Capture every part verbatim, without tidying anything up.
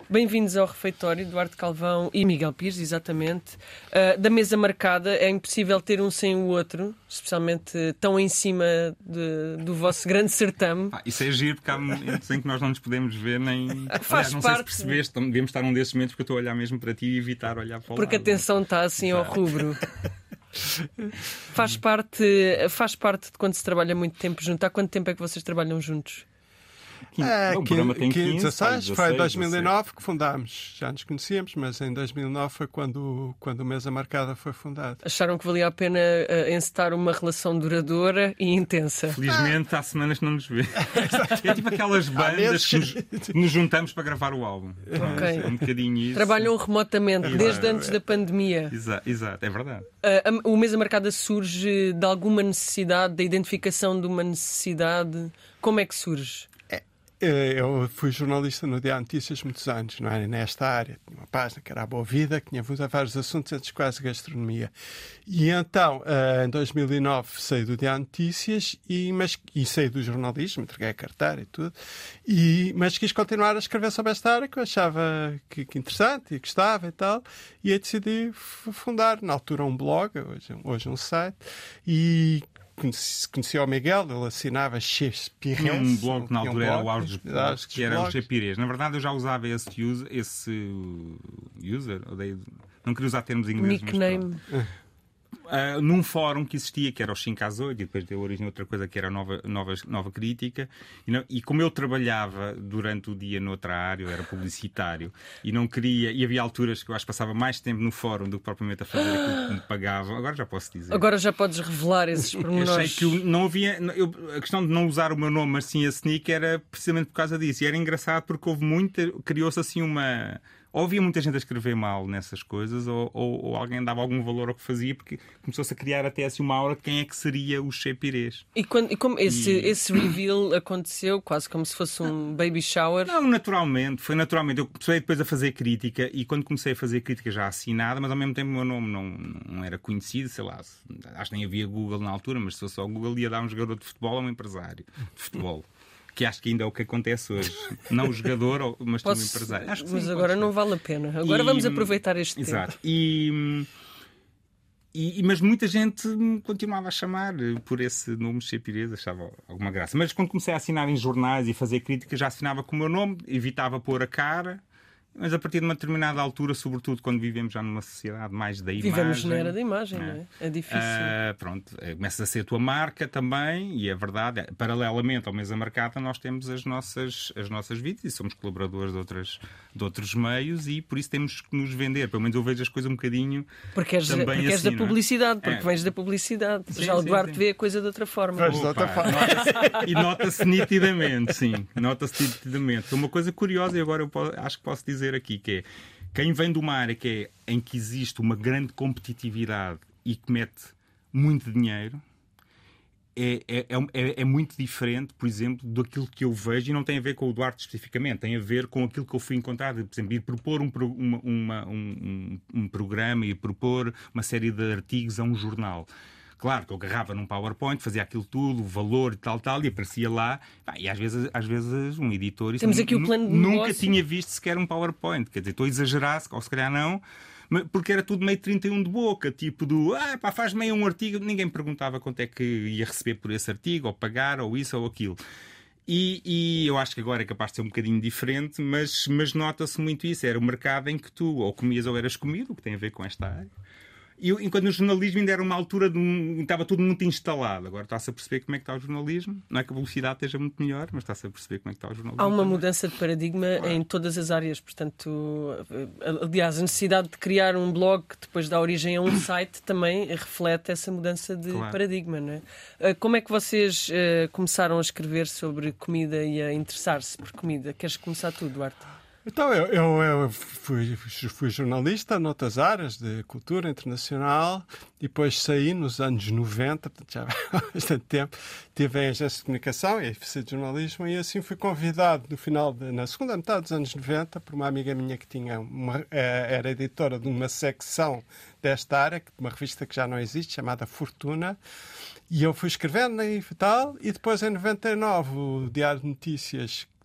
Bem-vindos ao refeitório, Duarte Calvão e Miguel Pires, exatamente. Uh, da mesa marcada, é impossível ter um sem o outro, especialmente tão em cima de, do vosso grande certame. Ah, isso é giro, porque há momentos em que nós não nos podemos ver nem... Faz Aliás, não parte... sei se percebeste, devemos estar num desses momentos porque eu estou a olhar mesmo para ti e evitar olhar para o Porque lado. a atenção está assim ao rubro. Faz parte, faz parte de quando se trabalha muito tempo junto. Há quanto tempo é que vocês trabalham juntos? É, o programa tem quinze, dezasseis, foi em dois mil e nove dezasseis. que fundámos. Já nos conhecíamos, mas em dois mil e nove foi quando, quando a Mesa Marcada foi fundada. Acharam que valia a pena uh, encetar uma relação duradoura e intensa? Felizmente há semanas que não nos vê. É tipo aquelas bandas que nos, que nos juntamos para gravar o álbum. Ok. É um bocadinho isso. Trabalham remotamente, Exato. desde antes da pandemia. Exato, exato, é verdade. Uh, a- o Mesa Marcada surge de alguma necessidade, da identificação de uma necessidade. Como é que surge? Eu fui jornalista no Diário de Notícias muitos anos, não era nesta área. Tinha uma página que era a Boa Vida, que tinha vários assuntos, entre os quais a gastronomia. E então, em dois mil e nove, saí do Diário de Notícias e, mas, e saí do jornalismo, entreguei a carteira e tudo, e, mas quis continuar a escrever sobre esta área que eu achava que, que interessante e gostava e tal, e aí decidi fundar, na altura, um blog, hoje, hoje um site, e Conheci, conheci o Miguel, ele assinava Chepirês. Tinha um blog que na um altura blog, era o Auge dos Blogs, que era o Chepirês. Na verdade, eu já usava esse user, esse user odeio, não queria usar termos ingleses. Nickname. Uh, num fórum que existia, que era o cinco às oito, e depois deu origem a outra coisa que era a nova, nova, nova crítica. E, não, e como eu trabalhava durante o dia noutra área, eu era publicitário, e não queria, e havia alturas que eu acho que passava mais tempo no fórum do que propriamente a fazer aquilo que me pagavam. Agora já posso dizer. Agora já podes revelar esses pormenores. Achei que eu não havia. Eu, a questão de não usar o meu nome, mas sim a Sneak, era precisamente por causa disso. E era engraçado porque houve muita. Criou-se assim uma. Ou havia muita gente a escrever mal nessas coisas, ou, ou, ou alguém dava algum valor ao que fazia, porque começou-se a criar até assim uma aura de quem é que seria o Chepirês. E, quando, e como esse, E- esse reveal aconteceu, quase como se fosse um baby shower? Não, naturalmente, foi naturalmente. Eu comecei depois a fazer crítica, e quando comecei a fazer crítica já assinada, mas ao mesmo tempo o meu nome não, não era conhecido, sei lá, acho que nem havia Google na altura, mas se fosse só o Google ia dar um jogador de futebol a um empresário de futebol. Que acho que ainda é o que acontece hoje. Não o jogador, mas também o Posso- empresário. Acho que mas sim, agora pode não ser. vale a pena. Agora E- vamos aproveitar este Exato. tempo. E, e, mas muita gente me continuava a chamar por esse nome Chepirês, achava alguma graça. Mas quando comecei a assinar em jornais e fazer crítica, já assinava com o meu nome, evitava pôr a cara. Mas a partir de uma determinada altura, sobretudo quando vivemos já numa sociedade mais da imagem... Vivemos na era da imagem, não é? É difícil. Ah, pronto, eh, começa a ser a tua marca também, e é verdade, é, paralelamente ao Mesa Marcada, nós temos as nossas, as nossas vidas e somos colaboradores de, outras, de outros meios, e por isso temos que nos vender. Pelo menos eu vejo as coisas um bocadinho Porque és, também porque és assim, da não é? publicidade, porque É. vens da publicidade. Sim, Já o sim, Duarte sim. vê a coisa de outra forma. Pois, de outra Opa, forma. nota-se- e nota-se nitidamente, sim, nota-se nitidamente. Uma coisa curiosa, e agora eu po- acho que posso dizer aqui, que é quem vem de uma área que é, em que existe uma grande competitividade e que mete muito dinheiro, é, é, é, é muito diferente, por exemplo, daquilo que eu vejo, e não tem a ver com o Duarte especificamente, tem a ver com aquilo que eu fui encontrar, de, por exemplo, ir propor um, pro- uma, uma, um, um, um programa e propor uma série de artigos a um jornal. Claro que eu agarrava num PowerPoint, fazia aquilo tudo, o valor e tal, tal, e aparecia lá. Pá, e às vezes, às vezes um editor... isso Temos nu- aqui o nu- plano de Nunca negócio. tinha visto sequer um PowerPoint. Quer dizer, estou a exagerar, ou se calhar não, mas- porque era tudo meio trinta e um de boca, tipo do, ah, pá, faz meio um artigo. Ninguém perguntava quanto é que ia receber por esse artigo, ou pagar, ou isso ou aquilo. E, e eu acho que agora é capaz de ser um bocadinho diferente, mas, mas nota-se muito isso. Era o mercado em que tu ou comias ou eras comido, o que tem a ver com esta área. E eu, enquanto no jornalismo ainda era uma altura de um, estava tudo muito instalado. Agora está-se a perceber como é que está o jornalismo. Não é que a publicidade esteja muito melhor, mas está-se a perceber como é que está o jornalismo. Há uma também. mudança de paradigma em todas as áreas. Portanto, aliás, a necessidade de criar um blog que depois dá origem a um site também reflete essa mudança de Claro. paradigma, não é? Ah, Como é que vocês ah, começaram a escrever sobre comida e a interessar-se por comida? Queres começar tu, Duarte? Então, eu, eu, eu fui, fui jornalista noutras áreas de cultura internacional e depois saí nos anos noventa, portanto já há bastante tempo, tive em agência de comunicação e fiz de jornalismo e assim fui convidado no final, de, na segunda metade dos anos noventa, por uma amiga minha que tinha uma, era editora de uma secção desta área, uma revista que já não existe, chamada Fortuna, e eu fui escrevendo e tal, e depois em noventa e nove o Diário de Notícias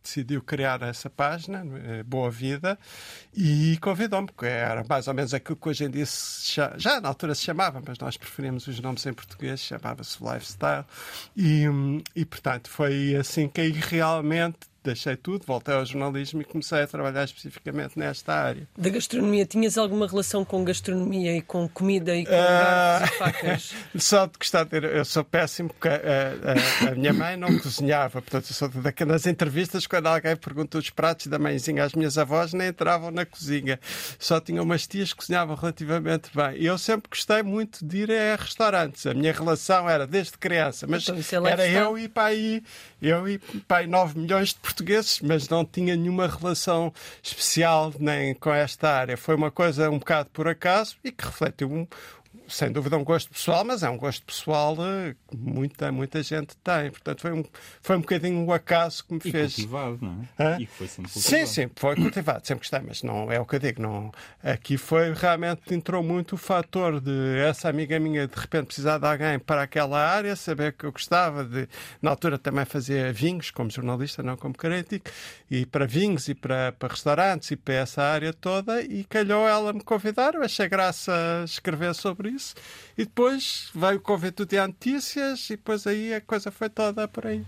decidiu criar essa página, Boa Vida, e convidou-me, porque era mais ou menos aquilo que hoje em dia se chama, já na altura se chamava, mas nós preferimos os nomes em português, chamava-se Lifestyle, e, e portanto foi assim que aí realmente deixei tudo, voltei ao jornalismo e comecei a trabalhar especificamente nesta área. Da gastronomia, tinhas alguma relação com gastronomia e com comida e com uh... garfos e facas? Só de gostar de ter, eu sou péssimo porque a, a, a minha mãe não cozinhava, portanto eu sou daquelas entrevistas quando alguém pergunta os pratos da mãezinha às minhas avós, nem entravam na cozinha. Só tinha umas tias que cozinhavam relativamente bem. E eu sempre gostei muito de ir a restaurantes. A minha relação era desde criança, mas então, é era eu e para aí, eu e para aí nove milhões de portugueses, mas não tinha nenhuma relação especial nem com esta área. Foi uma coisa um bocado por acaso e que refletiu um, sem dúvida um gosto pessoal, mas é um gosto pessoal que muita, muita gente tem. Portanto, foi um, foi um bocadinho o acaso que me e fez... cultivado, não é? Hã? E que foi sempre cultivado. Sim, sim, foi cultivado, sempre gostei, mas não é o que eu digo. Não... Aqui foi, realmente entrou muito o fator de essa amiga minha de repente precisar de alguém para aquela área, saber que eu gostava de... Na altura também fazia vinhos, como jornalista, não como crítico, e para vinhos e para, para restaurantes e para essa área toda, e calhou ela me convidar, eu achei graça a escrever sobre isso. E depois veio o convite do Diário de Notícias e depois aí a coisa foi toda por aí.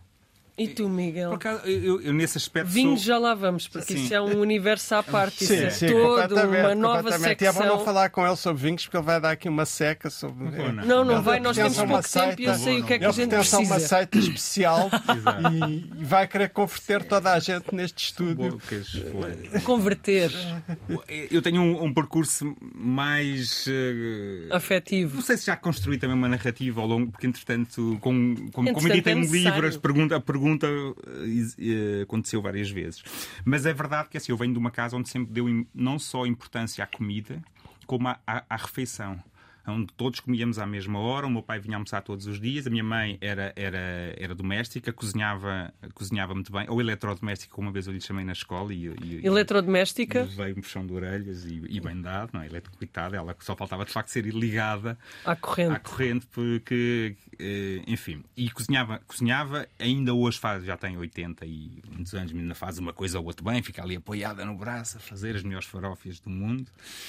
E tu, Miguel? Por acaso, eu, eu nesse aspecto Vinhos sou... já lá vamos, porque Sim. isso é um universo à parte. Sim, isso é sim, toda uma nova secção. E é bom não falar com ele sobre vinhos, porque ele vai dar aqui uma seca sobre... Não, não, não, não ele vai, nós temos pouco seita, tempo e eu sei o que é que a gente precisa. Ele precisa. uma seita especial e, e vai querer converter toda a gente neste estúdio. Converter. Eu tenho um, um percurso mais... Uh, afetivo. Não sei se já construí também uma narrativa ao longo, porque entretanto, com, com, entretanto, como editei é um livro, a pergunta, a pergunta uh, uh, aconteceu várias vezes. Mas é verdade que assim, eu venho de uma casa onde sempre deu não só importância à comida, como à, à, à refeição. Onde todos comíamos à mesma hora, o meu pai vinha almoçar todos os dias, a minha mãe era, era, era doméstica, cozinhava, cozinhava muito bem, ou eletrodoméstica, como uma vez eu lhe chamei na escola. E, e, eletrodoméstica? Veio-me puxão de orelhas e, e bem dado, não é? Eletrocutada, ela só faltava de facto ser ligada à corrente, à corrente porque, enfim, e cozinhava, cozinhava, ainda hoje faz, já tem oitenta e muitos anos, ainda faz uma coisa ou outra bem, fica ali apoiada no braço a fazer as melhores farófias do mundo.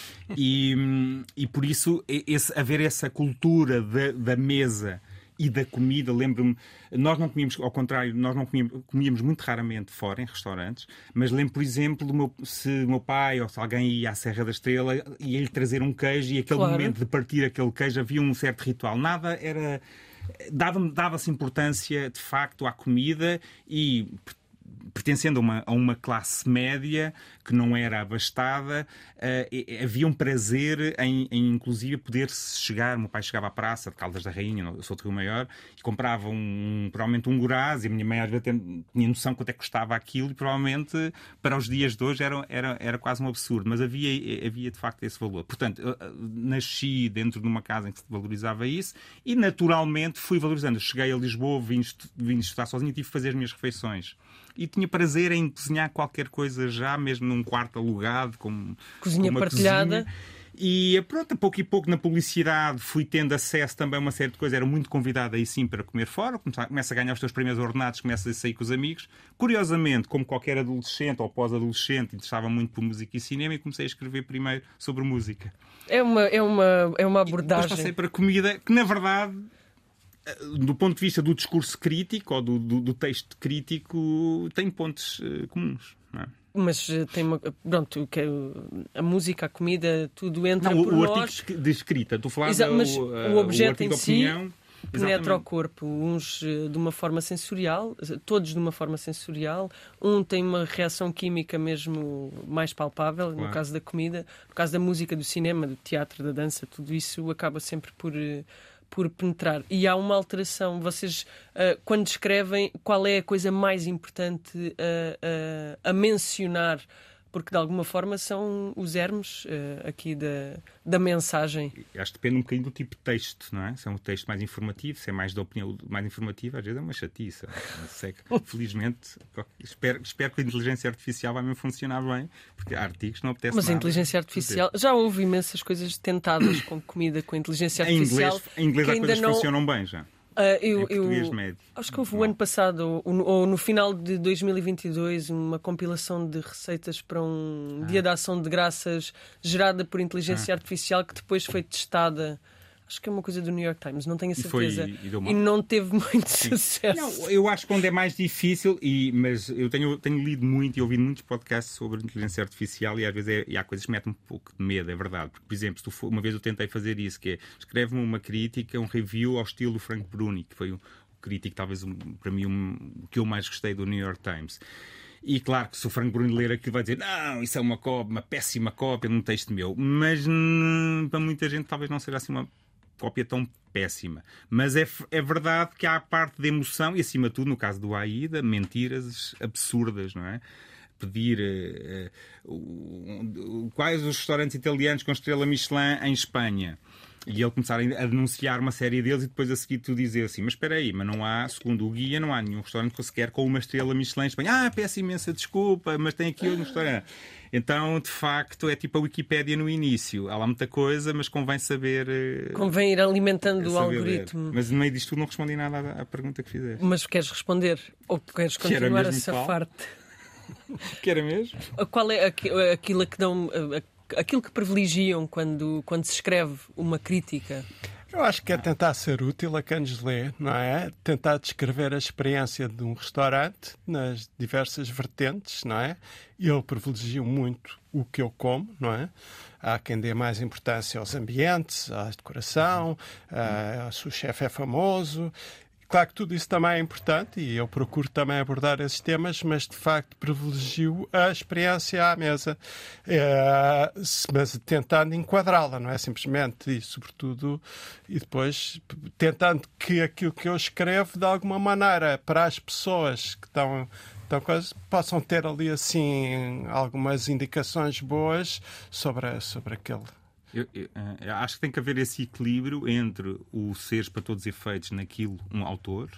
E, e por isso, esse haver essa cultura da, da mesa e da comida, lembro-me, nós não comíamos, ao contrário, nós não comíamos, comíamos muito raramente fora, em restaurantes, mas lembro, por exemplo, do meu, se o meu pai ou se alguém ia à Serra da Estrela, ia-lhe trazer um queijo e aquele claro. momento de partir aquele queijo havia um certo ritual. Nada era... Dava-me, dava-se importância, de facto, à comida e... pertencendo a uma, a uma classe média que não era abastada, uh, havia um prazer em, em inclusive poder-se chegar. O meu pai chegava à praça de Caldas da Rainha, eu sou de Rio Maior, e comprava um, provavelmente um goraz, e a minha mãe às vezes tinha noção quanto é que custava aquilo, e provavelmente para os dias de hoje era, era, era quase um absurdo, mas havia, havia de facto esse valor. Portanto, eu, nasci dentro de uma casa em que se valorizava isso e naturalmente fui valorizando. Eu cheguei a Lisboa, vim, vim estudar sozinho e tive que fazer as minhas refeições. E tinha prazer em cozinhar qualquer coisa já, mesmo num quarto alugado, com, cozinha com uma partilhada. Cozinha. E pronto, a pouco e pouco na publicidade fui tendo acesso também a uma série de coisas. Era muito convidado aí sim para comer fora. Começa a ganhar os teus primeiros ordenados, começa a sair com os amigos. Curiosamente, como qualquer adolescente ou pós-adolescente, interessava muito por música e cinema e comecei a escrever primeiro sobre música. É uma, é uma, é uma abordagem. E depois passei para comida, que na verdade... do ponto de vista do discurso crítico ou do, do, do texto crítico, tem pontos uh, comuns, não é? Mas tem uma... Pronto, que a música, a comida, tudo entra não, por o, o nós. artigo de escrita, tu falaste Exato, mas o, o objeto o em si opinião, penetra o corpo, uns de uma forma sensorial, todos de uma forma sensorial, um tem uma reação química mesmo mais palpável, claro. No caso da comida, no caso da música, do cinema, do teatro, da dança, tudo isso acaba sempre por... por penetrar. E há uma alteração. Vocês, uh, quando escrevem, qual é a coisa mais importante uh, uh, a mencionar? Porque, de alguma forma, são os germes uh, aqui da, da mensagem. Acho que depende um bocadinho do tipo de texto, não é? Se é um texto mais informativo, se é mais de opinião mais informativa, às vezes é uma chatice. Felizmente, espero, espero que a inteligência artificial vai mesmo funcionar bem, porque há artigos que não apetece Mas nada. a inteligência artificial... Já houve imensas coisas tentadas com comida, com a inteligência artificial. Em inglês, em inglês há ainda coisas que não... funcionam bem já. eu, em português eu, médio. Acho que houve o ano passado, ou, ou no final de dois mil e vinte e dois, uma compilação de receitas para um ah. dia de ação de graças gerada por inteligência ah. artificial que depois foi testada. Acho que é uma coisa do New York Times, não tenho a certeza. E, foi, e, e não teve muito Sim. sucesso. Não, eu acho que onde é mais difícil, e, mas eu tenho, tenho lido muito e ouvido muitos podcasts sobre inteligência artificial e às vezes é, e há coisas que metem um pouco de medo, é verdade. Porque, por exemplo, se tu for, uma vez eu tentei fazer isso, que é escreve-me uma crítica, um review ao estilo do Frank Bruni, que foi o, o crítico, talvez um, para mim, um, o que eu mais gostei do New York Times. E claro que se o Frank Bruni ler aquilo vai dizer não, isso é uma cópia, uma péssima cópia num texto meu. Mas hum, para muita gente talvez não seja assim uma cópia tão péssima. Mas é, é verdade que há a parte de emoção e, acima de tudo, no caso do AIDA, mentiras absurdas, não é? Pedir uh, uh, uh, quais os restaurantes italianos com estrela Michelin em Espanha. E ele começar a denunciar uma série deles e depois a seguir tu dizer assim, mas espera aí, mas não há, segundo o guia, não há nenhum restaurante sequer com uma estrela Michelin em Espanha. Ah, peço imensa desculpa, mas tem aqui outro restaurante. Então, de facto, é tipo a Wikipédia no início. Há lá muita coisa, mas convém saber... Convém ir alimentando o algoritmo. Ler. Mas no meio disto tudo não respondi nada à, à pergunta que fizeste. Mas queres responder? Ou queres continuar a safar-te? Que era mesmo? Qual é aquilo que dão... Aquilo que privilegiam quando, quando se escreve uma crítica? Eu acho que é tentar ser útil a quem nos lê, não é? Tentar descrever a experiência de um restaurante nas diversas vertentes, não é? Eu privilegio muito o que eu como, não é? Há quem dê mais importância aos ambientes, à decoração, a, se o chefe é famoso. Claro que tudo isso também é importante e eu procuro também abordar esses temas, mas de facto privilegio a experiência à mesa, é, mas tentando enquadrá-la, não é simplesmente e sobretudo e depois tentando que aquilo que eu escrevo de alguma maneira para as pessoas que estão Então, coisas, possam ter ali assim algumas indicações boas sobre, sobre aquele. Eu, eu, eu acho que tem que haver esse equilíbrio entre o seres para todos os efeitos naquilo um autor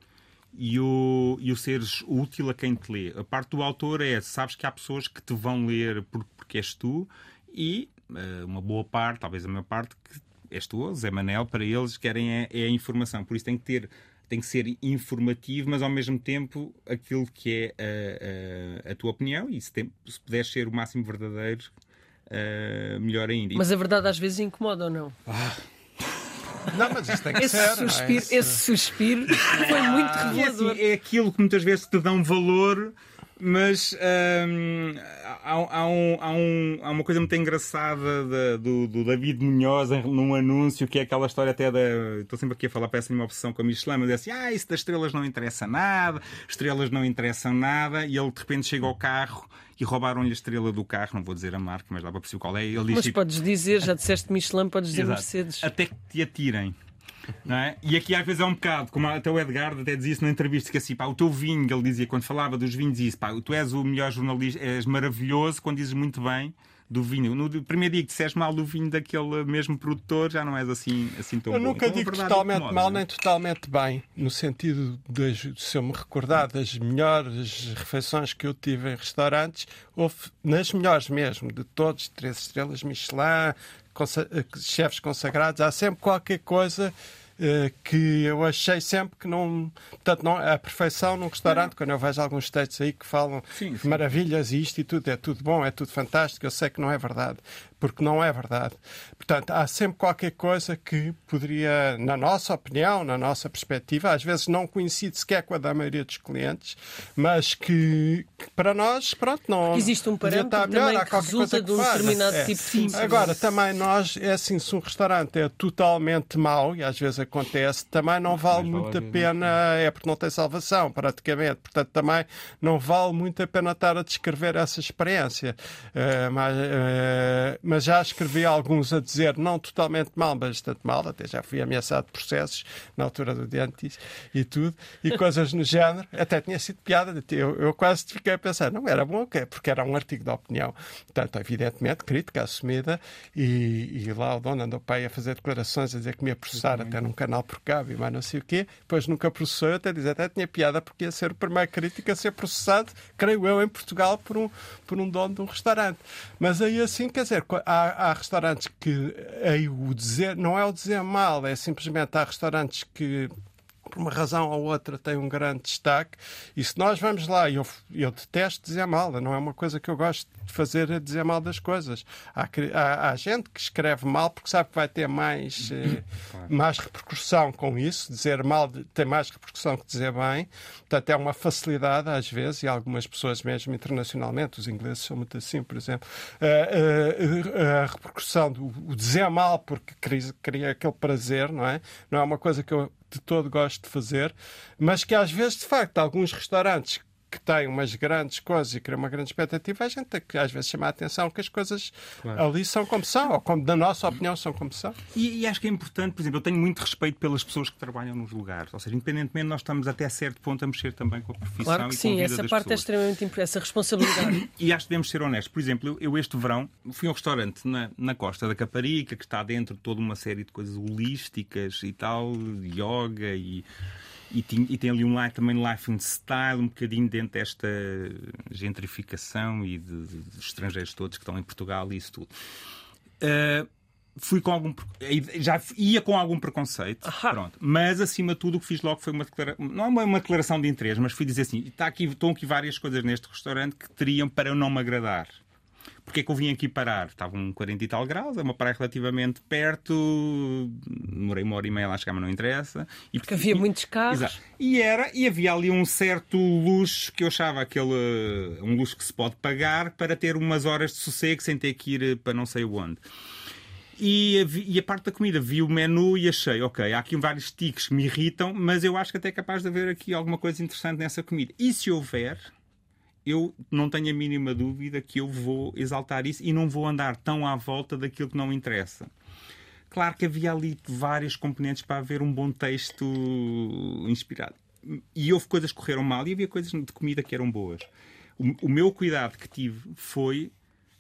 e o, e o seres útil a quem te lê. A parte do autor é, sabes que há pessoas que te vão ler porque és tu e uh, uma boa parte, talvez a maior parte, que és tu, Zé Manel, para eles querem é, é a informação. Por isso tem que ter, tem que ser informativo, mas ao mesmo tempo aquilo que é a, a, a tua opinião e se, tem, se puderes ser o máximo verdadeiro, Uh, melhor ainda. Mas a verdade às vezes incomoda ou não? Ah. Não, mas isso tem que esse ser. Suspiro, é? esse... esse suspiro foi muito revelador. É, assim, é aquilo que muitas vezes te dão valor, mas hum, há, há, um, há, um, há uma coisa muito engraçada de, do, do David Munhoz num anúncio, que é aquela história até da... Estou sempre aqui a falar, parece uma obsessão com a Michelin, mas é assim, ah, isso das estrelas não interessa nada, estrelas não interessam nada, e ele de repente chega ao carro e roubaram-lhe a estrela do carro, não vou dizer a marca, mas dá para perceber qual é. Ele diz, mas tipo, podes dizer, já disseste Michelin, podes dizer exato, Mercedes. até que te atirem. Não é? E aqui às vezes é um bocado, como até o Edgar até dizia isso na entrevista, que assim, pá, o teu vinho, ele dizia, quando falava dos vinhos, disse, pá, tu és o melhor jornalista, és maravilhoso quando dizes muito bem do vinho. No primeiro dia que disseste mal do vinho daquele mesmo produtor, já não és assim, assim tão eu bom. Eu nunca então, digo totalmente incomoda, mal, nem totalmente bem, no sentido de, se eu me recordar das melhores refeições que eu tive em restaurantes, houve nas melhores mesmo, de todos, três estrelas Michelin, chefes consagrados, há sempre qualquer coisa uh, que eu achei sempre que não... Portanto, não, a perfeição num restaurante, quando eu vejo alguns textos aí que falam sim, sim. maravilhas e isto e tudo, é tudo bom, é tudo fantástico, eu sei que não é verdade, porque não é verdade. Portanto, há sempre qualquer coisa que poderia, na nossa opinião, na nossa perspectiva, às vezes não coincide sequer com a da maioria dos clientes, mas que, que para nós, pronto, não... Porque existe um parâmetro melhor, também que resulta de um determinado é. tipo de sim. Agora, também nós, é assim, se um restaurante é totalmente mau, e às vezes acontece, também não vale mas muito a pena, é porque não tem salvação, praticamente. Portanto, também não vale muito a pena estar a descrever essa experiência. Uh, mas... Uh, mas já escrevi alguns a dizer não totalmente mal, bastante mal, até já fui ameaçado de processos na altura do Diantis e tudo, e coisas no género, até tinha sido piada, eu, eu quase fiquei a pensar, não era bom, porque era um artigo de opinião, portanto, evidentemente, crítica assumida, e, e lá o dono andou para aí a fazer declarações, a dizer que me ia processar até num canal por cabo e mais não sei o quê, depois nunca processou, eu até dizer, até tinha piada, porque ia ser o primeiro crítico a ser processado, creio eu, em Portugal, por um, por um dono de um restaurante. Mas aí assim, quer dizer, Há, há restaurantes que aí o dizer, não é o dizer mal, é simplesmente há restaurantes que por uma razão ou outra, tem um grande destaque. E se nós vamos lá, eu, eu detesto dizer mal, não é uma coisa que eu gosto de fazer, é dizer mal das coisas. Há, há, há gente que escreve mal porque sabe que vai ter mais, eh, claro. mais repercussão com isso. Dizer mal tem mais repercussão que dizer bem. Portanto, é uma facilidade, às vezes, e algumas pessoas mesmo internacionalmente, os ingleses são muito assim, por exemplo, a, a, a repercussão do o dizer mal porque cria, cria aquele prazer, não é? Não é uma coisa que eu de todo gosto de fazer, mas que às vezes, de facto, alguns restaurantes que têm umas grandes coisas e criam uma grande expectativa, a gente tem que às vezes chamar a atenção que as coisas claro. ali são como são, ou como, na nossa opinião, são como são. E, e acho que é importante, por exemplo, eu tenho muito respeito pelas pessoas que trabalham nos lugares, ou seja, independentemente, nós estamos até certo ponto a mexer também com a profissão claro que e com a vida sim, essa das parte pessoas. É extremamente importante, essa responsabilidade. E acho que devemos ser honestos. Por exemplo, eu, eu este verão fui a um restaurante na, na Costa da Caparica, que está dentro de toda uma série de coisas holísticas e tal, yoga e... E tem, e tem ali um life, também life and style, um bocadinho dentro desta gentrificação e de, de, de estrangeiros todos que estão em Portugal e isso tudo. Uh, fui com algum... Já ia com algum preconceito, pronto. Mas acima de tudo o que fiz logo foi uma declaração... Não é uma declaração de interesse, mas fui dizer assim, está aqui, estão aqui várias coisas neste restaurante que teriam para não me agradar. Porque é que eu vim aqui parar? Estavam quarenta e tal graus, é uma praia relativamente perto, demorei uma hora e meia lá a chegar, mas não interessa. E, porque havia e, muitos carros. Exato. E, era, e havia ali um certo luxo, que eu achava aquele, um luxo que se pode pagar para ter umas horas de sossego sem ter que ir para não sei onde. E a, e a parte da comida, vi o menu e achei, ok, há aqui vários tiques que me irritam, mas eu acho que até é capaz de haver aqui alguma coisa interessante nessa comida. E se houver... eu não tenho a mínima dúvida que eu vou exaltar isso e não vou andar tão à volta daquilo que não interessa. Claro que havia ali várias componentes para haver um bom texto inspirado. E houve coisas que correram mal e havia coisas de comida que eram boas. O, o meu cuidado que tive foi...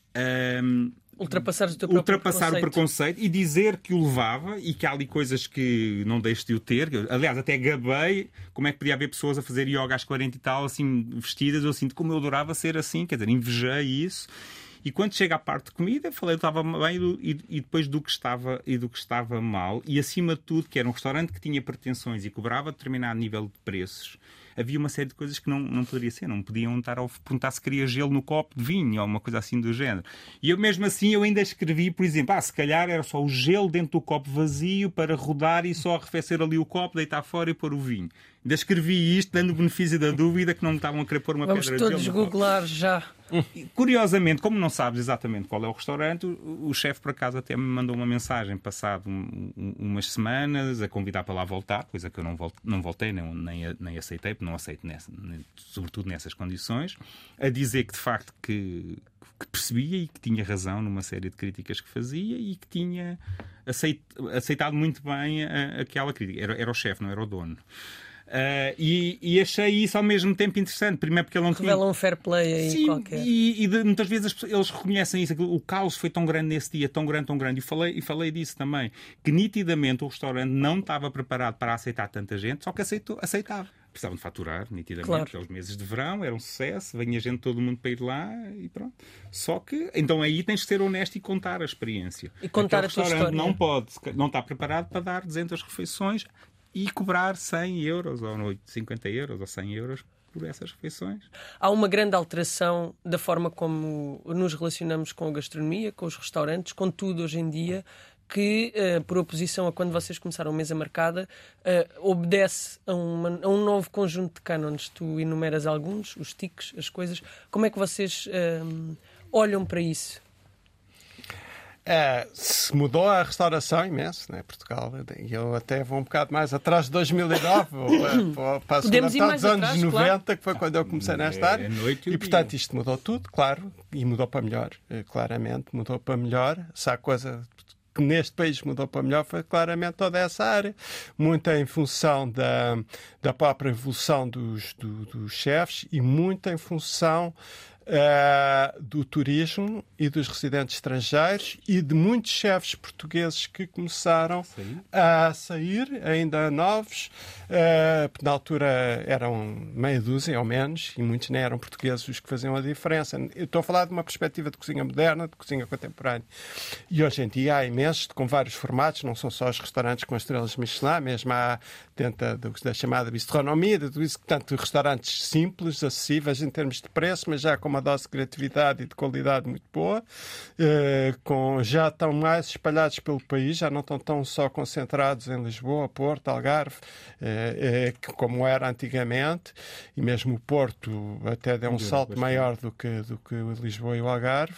Um, Ultrapassar o teu próprio ultrapassar preconceito. o preconceito e dizer que o levava e que há ali coisas que não deixo de o ter. Aliás, até gabei como é que podia haver pessoas a fazer yoga às quarenta e tal, assim, vestidas, eu sinto como eu adorava ser assim, quer dizer, invejei isso. E quando chega à parte de comida, falei que estava bem e, e depois do que, estava, e do que estava mal. E acima de tudo, que era um restaurante que tinha pretensões e cobrava determinado nível de preços. Havia uma série de coisas que não, não poderia ser. Não podiam estar a perguntar se queria gelo no copo de vinho ou uma coisa assim do género. E eu mesmo assim eu ainda escrevi, por exemplo, ah, se calhar era só o gelo dentro do copo vazio para rodar e só arrefecer ali o copo, deitar fora e pôr o vinho. Ainda escrevi isto, dando o benefício da dúvida que não me estavam a querer pôr uma Vamos pedra de gelo. Vamos todos googlar já. Curiosamente, como não sabes exatamente qual é o restaurante, o, o chefe por acaso até me mandou uma mensagem passado um, um, umas semanas a convidar para lá voltar, coisa que eu não, volt, não voltei, nem, nem, nem aceitei, porque não aceito nessa, nem, sobretudo nessas condições, a dizer que de facto que, que percebia e que tinha razão numa série de críticas que fazia e que tinha aceit, aceitado muito bem a, aquela crítica. Era, era o chefe, não era o dono. Uh, e, e achei isso ao mesmo tempo interessante. Primeiro porque ele não revela tinha... um fair play aí. Sim, qualquer. E, e de, muitas vezes as, eles reconhecem isso. O caos foi tão grande nesse dia, tão grande, tão grande. E falei, e falei disso também. Que nitidamente o restaurante não estava preparado para aceitar tanta gente, só que aceitou, aceitava. Precisavam de faturar, nitidamente. Claro. Aqueles meses de verão, era um sucesso, vinha gente, todo mundo para ir lá e pronto. Só que, então aí tens de ser honesto e contar a experiência. E contar Aquele a tua restaurante história. Não pode, não está preparado para dar duzentas refeições e cobrar cem euros, ou cinquenta euros, ou cem euros por essas refeições. Há uma grande alteração da forma como nos relacionamos com a gastronomia, com os restaurantes, com tudo hoje em dia, que, uh, por oposição a quando vocês começaram a mesa marcada, uh, obedece a, uma, a um novo conjunto de cânones. Tu enumeras alguns, os tiques, as coisas. Como é que vocês uh, olham para isso? É, se mudou a restauração imenso, né? Portugal, e eu até vou um bocado mais atrás de dois mil e nove, ou para a segunda metade dos anos atrás, noventa, claro. Que foi quando eu comecei nesta área. É noite e, e portanto isto mudou tudo, claro, e mudou para melhor, claramente, mudou para melhor. Se há coisa que neste país mudou para melhor foi claramente toda essa área, muito em função da, da própria evolução dos, do, dos chefes e muito em função uh, do turismo e dos residentes estrangeiros e de muitos chefes portugueses que começaram Sim. a sair, ainda novos. Uh, na altura eram meia dúzia ou menos, e muitos nem eram portugueses os que faziam a diferença. Eu estou a falar de uma perspectiva de cozinha moderna, de cozinha contemporânea. E hoje em dia há imensos, com vários formatos, não são só os restaurantes com estrelas Michelin, mesmo há dentro da, da chamada bistronomia, de tudo isso, tanto restaurantes simples, acessíveis em termos de preço, mas já com uma dose de criatividade e de qualidade muito boa, uh, com, já estão mais espalhados pelo país, já não estão tão só concentrados em Lisboa, Porto, Algarve, uh, uh, como era antigamente, e mesmo o Porto até deu um salto maior do que, do que Lisboa e o Algarve,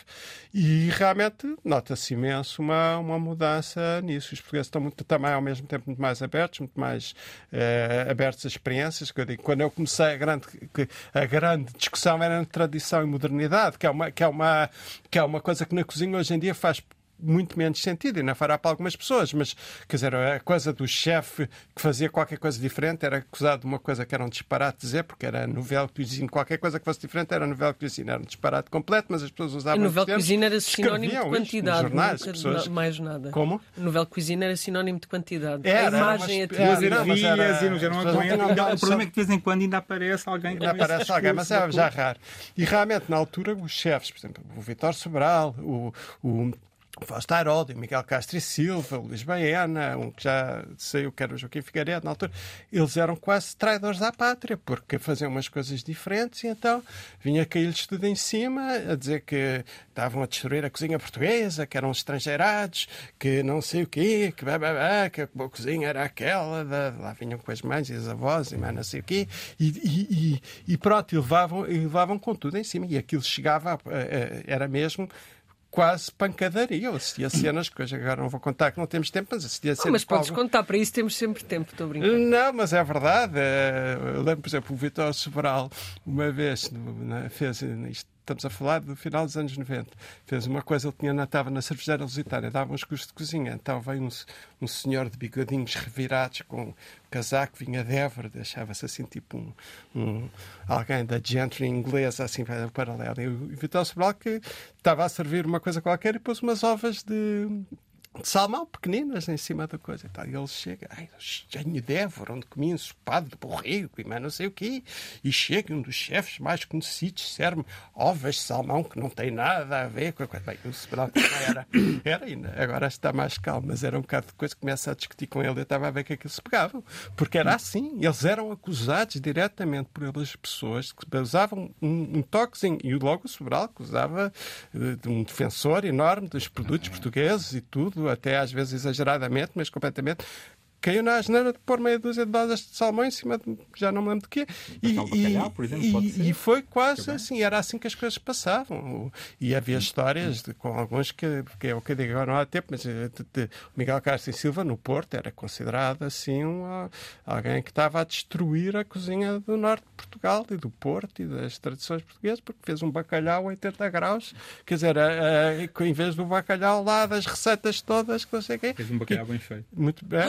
e realmente nota-se imenso uma, uma mudança nisso. Os portugueses estão muito, também ao mesmo tempo muito mais abertos, muito mais uh, abertos a experiências. Que eu digo, quando eu comecei, a grande, a grande discussão era entre tradição e modernidade, que é uma, que é uma, que é uma coisa que na cozinha hoje em dia faz muito menos sentido, e não fará para algumas pessoas, mas, quer dizer, a coisa do chefe que fazia qualquer coisa diferente era acusado de uma coisa que era um disparate dizer, porque era nouvelle cuisine, qualquer coisa que fosse diferente era nouvelle cuisine, era um disparate completo, mas as pessoas usavam... A nouvelle cuisine era sinónimo de quantidade, jornais, nunca pessoas... mais nada. Como? A nouvelle cuisine era sinónimo de quantidade. Era, a imagem, era, a era, mas era, era, e não, não não, o problema é que de vez em quando ainda aparece alguém ainda aparece alguém, mas é já raro. E realmente, na altura, os chefes, por exemplo, o Vítor Sobral, o... o o Fausto Airoldi, o Miguel Castro e Silva, o Luís Baena, um que já saiu, que era o Joaquim Figueiredo, na altura, eles eram quase traidores à pátria, porque faziam umas coisas diferentes, e então vinha cair-lhes tudo em cima, a dizer que estavam a destruir a cozinha portuguesa, que eram estrangeirados, que não sei o quê, que, blá, blá, blá, que a cozinha era aquela, da, lá vinham com as mães e as avós, e mais não sei o quê, e, e, e, e pronto, e levavam, e levavam com tudo em cima, e aquilo chegava, a, a, era mesmo... quase pancadaria. Eu assistia a cenas que hoje agora não vou contar, que não temos tempo, mas assistia a cenas... Oh, mas podes algum... contar, para isso temos sempre tempo, estou a brincar. Não, mas é verdade. Eu lembro, por exemplo, o Vítor Sobral, uma vez, fez isto. Estamos a falar do final dos anos noventa. Fez uma coisa, ele tinha, estava na cervejeira Lusitânia, dava uns cursos de cozinha. Então veio um, um senhor de bigodinhos revirados com um casaco, vinha de Évora, deixava-se assim tipo um, um, alguém da gentry inglesa, assim, paralelo. E o Vítor Sobral que estava a servir uma coisa qualquer e pôs umas ovas de... de salmão pequeninas em cima da coisa e tal. E ele chega, ai, engenho de Évora, onde comia ensopado de borrego e mais não sei o quê. E chega um dos chefes mais conhecidos, serve-me ovas de salmão que não tem nada a ver com a coisa. Bem, o Sobral era, era ainda, agora está mais calmo, mas era um bocado de coisa que começa a discutir com ele. Eu estava a ver que aquilo se pegavam. Porque era assim. Eles eram acusados diretamente por elas pessoas que usavam um, um toquezinho. E logo o Sobral que usava de um defensor enorme dos produtos portugueses e tudo, até às vezes exageradamente, mas completamente, caiu na asneira de pôr meia dúzia de doses de salmão em cima de, já não me lembro de quê. E, bacalhau, por exemplo, e, pode ser. e foi quase assim, era assim que as coisas passavam. E havia histórias de, com alguns que, que é o que eu digo agora não há tempo, mas de, de, de Miguel Castro e Silva no Porto era considerado assim um, alguém que estava a destruir a cozinha do norte de Portugal e do Porto e das tradições portuguesas, porque fez um bacalhau a oitenta graus, quer dizer, a, a, em vez do bacalhau lá das receitas todas, que não sei o quê. Fez um bacalhau que, bem feito. Muito bem.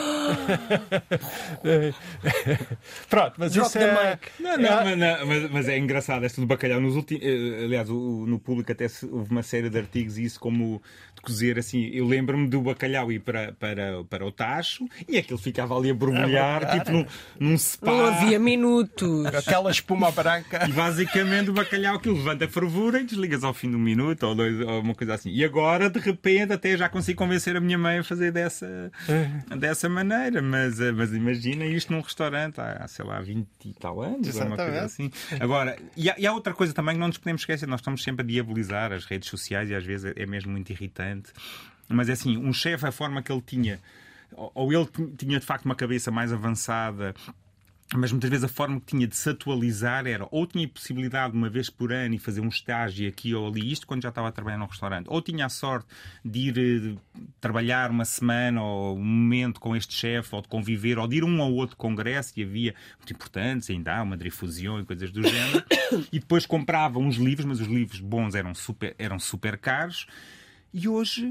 Pronto, mas Drop isso the é... mic. Não, não, mas, não mas, mas é engraçado esta do bacalhau. Nos últimos, aliás, o, no Público até houve uma série de artigos e isso como de cozer assim. Eu lembro-me do bacalhau ir para, para, para o tacho e aquilo ficava ali a borbulhar, é, tipo num, num spa. Não havia minutos. Aquela espuma branca. E basicamente o bacalhau que levanta a fervura e desligas ao fim de um minuto ou dois, ou uma coisa assim. E agora, de repente, até já consigo convencer a minha mãe a fazer dessa, dessa maneira. Mas, mas imagina isto num restaurante há, sei lá, vinte e tal anos, ou uma coisa assim. Agora, e há, e há outra coisa também que não nos podemos esquecer, nós estamos sempre a diabolizar as redes sociais e às vezes é mesmo muito irritante. Mas é assim, um chefe, a forma que ele tinha, ou ele tinha de facto uma cabeça mais avançada, mas muitas vezes a forma que tinha de se atualizar era ou tinha a possibilidade de uma vez por ano ir fazer um estágio aqui ou ali, isto quando já estava a trabalhar num restaurante, ou tinha a sorte de ir de trabalhar uma semana ou um momento com este chefe, ou de conviver, ou de ir a um ou outro congresso, e havia muito importantes, ainda há uma Dreyfusion e coisas do género, e depois comprava uns livros, mas os livros bons eram super, eram super caros. E hoje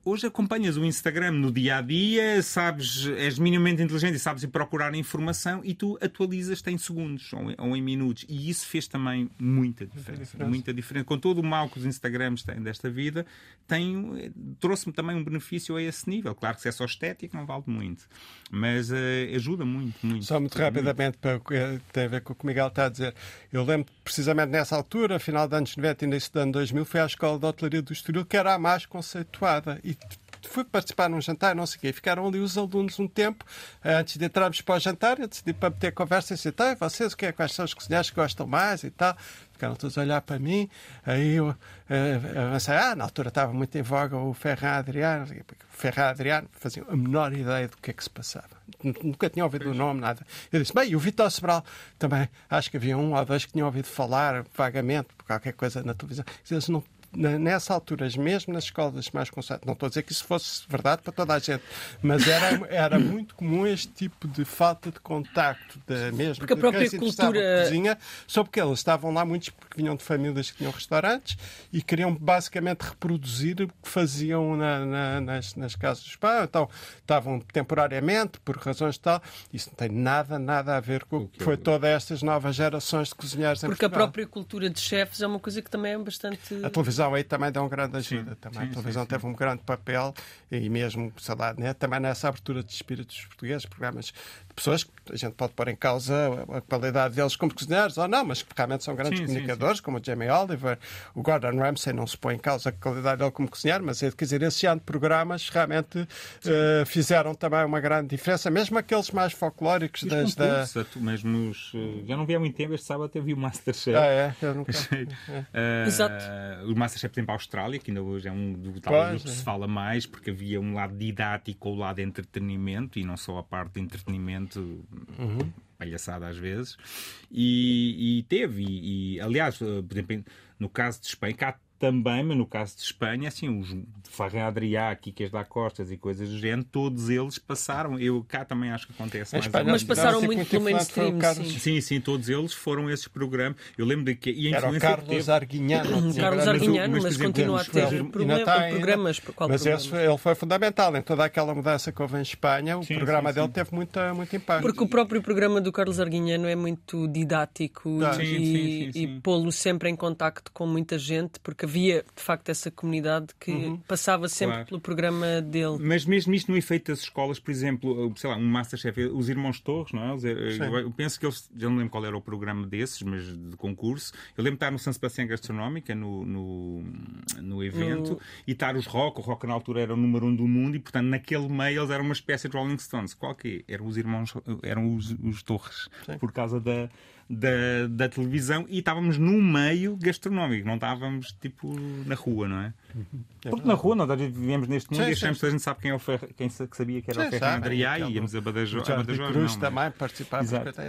hoje acompanhas o Instagram no dia-a-dia, sabes, és minimamente inteligente e sabes ir procurar informação e tu atualizas-te em segundos ou em, ou em minutos. E isso fez também muita diferença. Muita diferença. Muita diferença. Com todo o mal que os Instagrams têm desta vida, tem, trouxe-me também um benefício a esse nível. Claro que se é só estético não vale muito, mas uh, ajuda muito, muito. Só muito rapidamente, para, tem a ver com o que o Miguel está a dizer. Eu lembro precisamente nessa altura, final dos anos noventa e início do ano dois mil, fui à Escola de Hotelaria do Estoril, que era a mais conceituada. E fui participar num jantar, não sei o quê. Ficaram ali os alunos um tempo, antes de entrarmos para o jantar, eu decidi para ter conversa e disse, tá, vocês, o que é, quais são os cozinheiros que gostam mais e tal. Ficaram todos a olhar para mim. Aí eu avancei, ah, na altura estava muito em voga o Ferran Adriano. O Ferran Adriano fazia a menor ideia do que é que se passava. Nunca tinha ouvido o nome, nada. Eu disse, bem, e o Vítor Sobral também, acho que havia um ou dois que tinham ouvido falar vagamente, por qualquer coisa na televisão. Eles não nessa altura, mesmo nas escolas mais conceituadas, não estou a dizer que isso fosse verdade para toda a gente, mas era, era muito comum este tipo de falta de contacto, de, mesmo porque a própria cultura cozinha, só porque eles estavam lá muitos porque vinham de famílias que tinham restaurantes e queriam basicamente reproduzir o que faziam na, na, nas, nas casas dos pais, então estavam temporariamente por razões de tal. Isso não tem nada, nada a ver com o que foi todas estas novas gerações de cozinheiros em Porque Portugal. A própria cultura de chefes é uma coisa que também é bastante... A televisão aí também deu uma grande ajuda. Sim, também. sim, a televisão sim, teve sim. um grande papel e mesmo, sei lá, né, também nessa abertura de espíritos portugueses, programas de pessoas que a gente pode pôr em causa a, a qualidade deles como cozinheiros ou não, mas que realmente são grandes sim, comunicadores, sim, sim. como o Jamie Oliver, o Gordon Ramsay, não se põe em causa a qualidade dele como cozinheiro, mas quer dizer, esse ano de programas realmente uh, fizeram também uma grande diferença, mesmo aqueles mais folclóricos das, da... mesmo os, já não vi há muito tempo, este sábado até vi o Masterchef. Ah, é? Eu nunca... é. Uh, Exato. O Masterchef, por exemplo, a Austrália, que ainda hoje é um do talvez, que se fala mais, porque havia um lado didático ou o lado de entretenimento, e não só a parte de entretenimento, uhum. palhaçada às vezes, e, e teve, e, e aliás, por exemplo, no caso de Espanha, cá também, mas no caso de Espanha, assim, os Ferran Adrià, Quiques da Costas e coisas do género, todos eles passaram. Eu cá também acho que acontece mais. Espanha, mas passaram muito pelo mainstream, sim. Sim, sim, todos eles foram esses programas. Eu lembro de que... E a Era o Carlos Arguinhano. Carlos Arguinhano, mas, mas, mas continua a ter problema, tem, programas. Qual mas problema? Esse, ele foi fundamental em toda aquela mudança que houve em Espanha. O sim, programa sim, dele sim. teve muita, muito impacto. Porque o próprio programa do Carlos Arguinano é muito didático tá. e, sim, sim, sim, e pô-lo sempre em contacto com muita gente, porque havia, de facto, essa comunidade que uhum. passava sempre claro. pelo programa dele. Mas mesmo isto no efeito das escolas, por exemplo, sei lá, um Masterchef, os Irmãos Torres, não é? Eu, eu penso que eles, já não lembro qual era o programa desses, mas de concurso. Eu lembro de estar no San Sebastián Gastronómica, no, no, no evento, no... e estar os Rock, o Rock na altura era o número um do mundo, e portanto naquele meio eles eram uma espécie de Rolling Stones. Qual que é? Eram os Irmãos, eram os, os Torres, Sim. por causa da Da, da televisão, e estávamos num meio gastronómico, não estávamos tipo na rua, não é? Porque na rua nós vivemos neste mundo sim, e achamos que a gente sabe quem, é o Ferro, quem sabia que era sim, o Ferran Adrià e íamos a Badajoz. O Badajoz Cruz não, também mas... participava.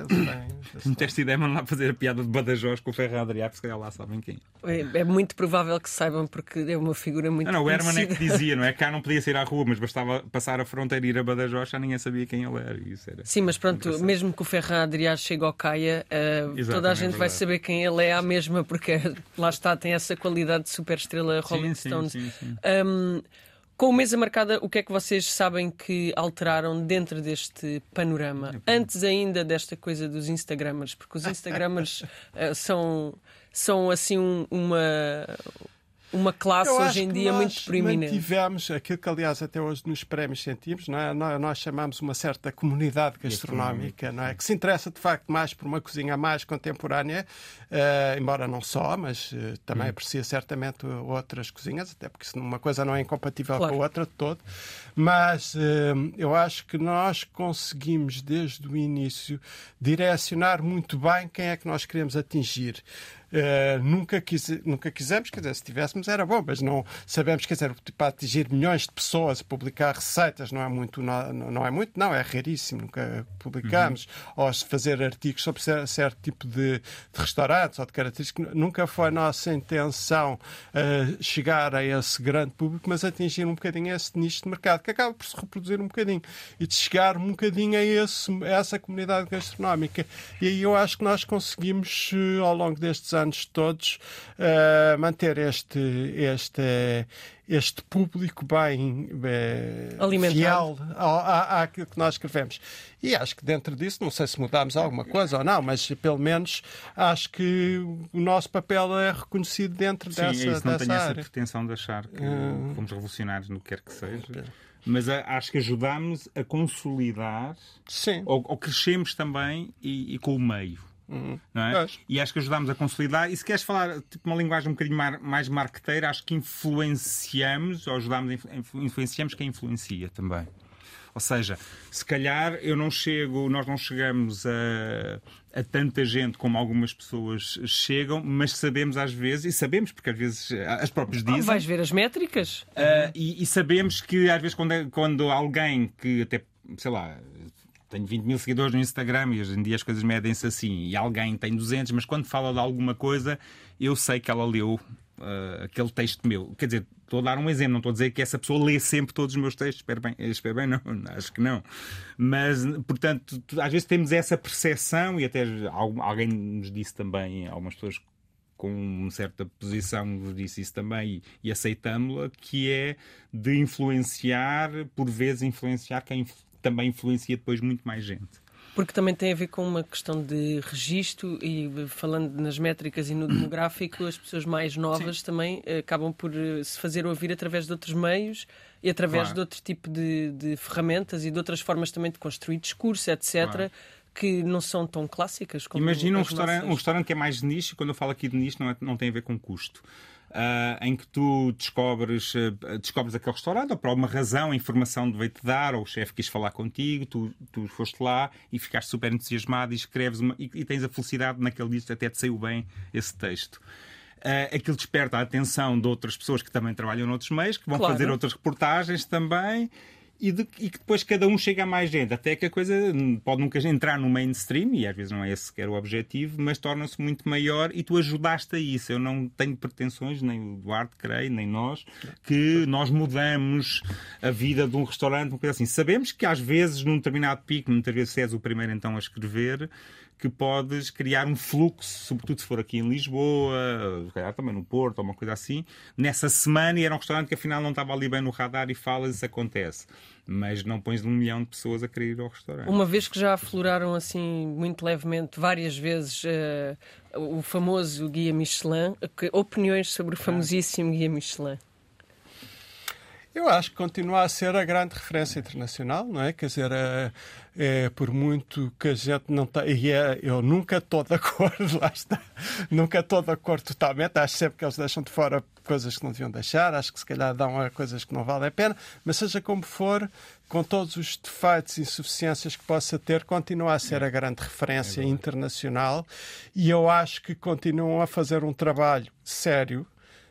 Não tens ideia, mas lá fazer a piada de Badajoz com o Ferran Adrià, porque se calhar lá sabem quem. É, é muito provável que saibam, porque é uma figura muito não, não, o Herman conhecida. é que dizia, não é? Cá não podia sair à rua, mas bastava passar a fronteira e ir a Badajoz, já ninguém sabia quem ele era. Isso era sim, mas pronto, engraçado. Mesmo que o Ferran Adrià chegue ao Caia, uh, toda a gente vai saber quem ele é à mesma, porque lá está, tem essa qualidade de super estrela Rolling sim, Stones. Sim, sim, sim. Um, com o Mesa Marcada, o que é que vocês sabem que alteraram dentro deste panorama? É Antes ainda desta coisa dos Instagrammers, porque os Instagrammers uh, são, são assim um, uma... uma classe Eu hoje em dia muito proeminente. Tivemos aquilo que, aliás, até hoje nos prémios sentimos, não é? nós, nós chamamos uma certa comunidade gastronómica, não é? Que se interessa, de facto, mais por uma cozinha mais contemporânea, uh, embora não só, mas uh, também hum. aprecia certamente outras cozinhas, até porque uma coisa não é incompatível claro. com a outra de todo. Mas uh, eu acho que nós conseguimos, desde o início, direcionar muito bem quem é que nós queremos atingir. Uh, nunca, quise, nunca quisemos, quer dizer, se tivéssemos era bom, mas não sabemos, quer dizer, para atingir milhões de pessoas, publicar receitas não é muito, não, não é muito, não, é raríssimo, nunca publicamos, uhum. ou fazer artigos sobre certo tipo de, de restaurantes ou de características, nunca foi a nossa intenção uh, chegar a esse grande público, mas atingir um bocadinho esse nicho de mercado, que acaba por se reproduzir um bocadinho, e de chegar um bocadinho a, esse, a essa comunidade gastronómica. E aí eu acho que nós conseguimos, uh, ao longo destes anos, anos todos uh, manter este, este, este público bem uh, fiel àquilo que nós escrevemos. E acho que dentro disso, não sei se mudámos alguma coisa ou não, mas pelo menos acho que o nosso papel é reconhecido dentro Sim, dessa, é isso, não dessa tenho área. essa pretensão de achar que Uh... fomos revolucionários no que quer que seja. Mas a, acho que ajudámos a consolidar, Sim. Ou, ou crescemos também e, e com o meio. Uhum. Não é? E acho que ajudámos a consolidar. E se queres falar tipo, uma linguagem um bocadinho mar, mais marqueteira, acho que influenciamos, ou ajudamos, influenciamos quem influencia também. Ou seja, se calhar eu não chego, nós não chegamos a, a tanta gente como algumas pessoas chegam, mas sabemos às vezes, e sabemos porque às vezes as próprias dizem... Oh, vais ver as métricas. Uh, e, e sabemos que às vezes quando, é, quando alguém que até, sei lá... Tenho vinte mil seguidores no Instagram e hoje em dia as coisas medem-se assim. E alguém tem duzentos, mas quando fala de alguma coisa, eu sei que ela leu uh, aquele texto meu. Quer dizer, estou a dar um exemplo, não estou a dizer que essa pessoa lê sempre todos os meus textos. Espero bem, espero bem não, acho que não. Mas, portanto, às vezes temos essa percepção e até alguém nos disse também, algumas pessoas com uma certa posição nos disse isso também e, e aceitamo-la, que é de influenciar, por vezes influenciar quem também influencia depois muito mais gente. Porque também tem a ver com uma questão de registro e falando nas métricas e no demográfico, as pessoas mais novas Sim. também acabam por se fazer ouvir através de outros meios e através claro. de outro tipo de, de ferramentas e de outras formas também de construir discurso, etcétera, claro. que não são tão clássicas como Imagina um as restaurante, nossas. um restaurante que é mais de nicho, quando eu falo aqui de nicho não, é, não tem a ver com custo. Uh, em que tu descobres, uh, descobres aquele restaurante, ou por alguma razão a informação veio-te dar, ou o chefe quis falar contigo, tu, tu foste lá e ficaste super entusiasmado e escreves uma, e, e tens a felicidade naquele dia até te saiu bem esse texto. Uh, aquilo desperta a atenção de outras pessoas que também trabalham noutros meios, que vão claro. fazer outras reportagens também. E, de, e que depois cada um chega a mais gente, até que a coisa pode nunca entrar no mainstream, e às vezes não é esse sequer o objetivo, mas torna-se muito maior e tu ajudaste a isso. Eu não tenho pretensões, nem o Eduardo, creio, nem nós, que nós mudamos a vida de um restaurante, uma coisa assim. Sabemos que às vezes, num determinado pico, muitas vezes és o primeiro então a escrever, que podes criar um fluxo, sobretudo se for aqui em Lisboa, se calhar também no Porto, ou uma coisa assim, nessa semana, e era um restaurante que afinal não estava ali bem no radar e falas, isso acontece. Mas não pões um milhão de pessoas a querer ir ao restaurante. Uma vez que já afloraram assim, muito levemente, várias vezes, uh, o famoso Guia Michelin, que, opiniões sobre o famosíssimo Guia Michelin? Eu acho que continua a ser a grande referência internacional, não é? Quer dizer, é, é, por muito que a gente não tenha... E é, eu nunca estou de acordo, lá está. Nunca estou de acordo totalmente. Acho sempre que eles deixam de fora coisas que não deviam deixar. Acho que se calhar dão a coisas que não valem a pena. Mas seja como for, com todos os defeitos e insuficiências que possa ter, continua a ser a grande referência é internacional. E eu acho que continuam a fazer um trabalho sério.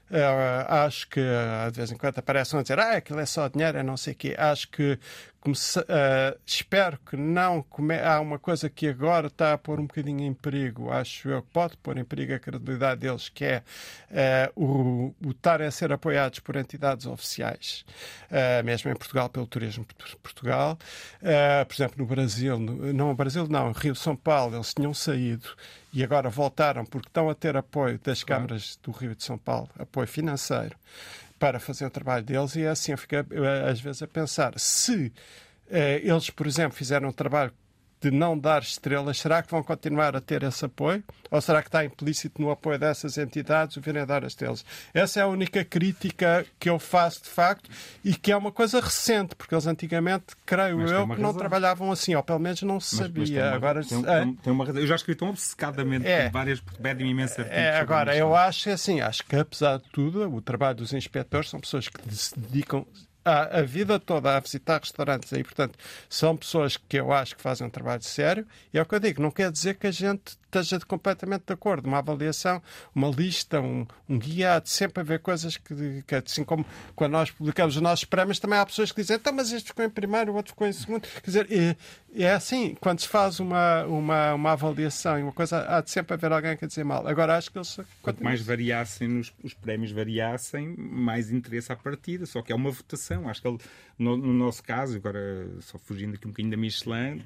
Uh, acho que uh, de vez em quando aparecem a dizer ah, aquilo é só dinheiro, é não sei o quê. Acho que comece... uh, espero que não come... há uma coisa que agora está a pôr um bocadinho em perigo, acho eu, que pode pôr em perigo a credibilidade deles, que é uh, o, o estarem a ser apoiados por entidades oficiais, uh, mesmo em Portugal, pelo Turismo de Portugal. Uh, por exemplo, no Brasil, no... não no Brasil, não, Rio de São Paulo, eles tinham saído e agora voltaram porque estão a ter apoio das claro. câmaras do Rio de São Paulo, apoio financeiro, para fazer o trabalho deles. E assim eu fico às vezes a pensar, se eh, eles, por exemplo, fizeram um trabalho de não dar estrelas, será que vão continuar a ter esse apoio? Ou será que está implícito no apoio dessas entidades o virem a dar as estrelas? Essa é a única crítica que eu faço, de facto, e que é uma coisa recente, porque eles antigamente, creio mas eu, que razão. não trabalhavam assim, ou pelo menos não se mas, sabia. Mas tem uma, agora, tem, é, tem, tem uma razão. Eu já escrevi tão obcecadamente é, por várias, porque pedem imensa é, agora, eu acho assim, acho que apesar de tudo, o trabalho dos inspectores são pessoas que se dedicam A, a vida toda a visitar restaurantes aí, portanto, são pessoas que eu acho que fazem um trabalho sério, e é o que eu digo, não quer dizer que a gente esteja completamente de acordo. Uma avaliação, uma lista, um, um guia, há de sempre haver coisas que, que, assim como quando nós publicamos os nossos prémios, também há pessoas que dizem, então, mas este ficou em primeiro, o outro ficou em segundo. Quer dizer, é, é assim, quando se faz uma, uma, uma avaliação e uma coisa, há de sempre haver alguém que dizer mal. Agora, acho que eles... Quanto mais variassem, nos, os prémios variassem, mais interesse à partida, só que é uma votação. Acho que ele, no, no nosso caso, agora só fugindo aqui um bocadinho da Michelin,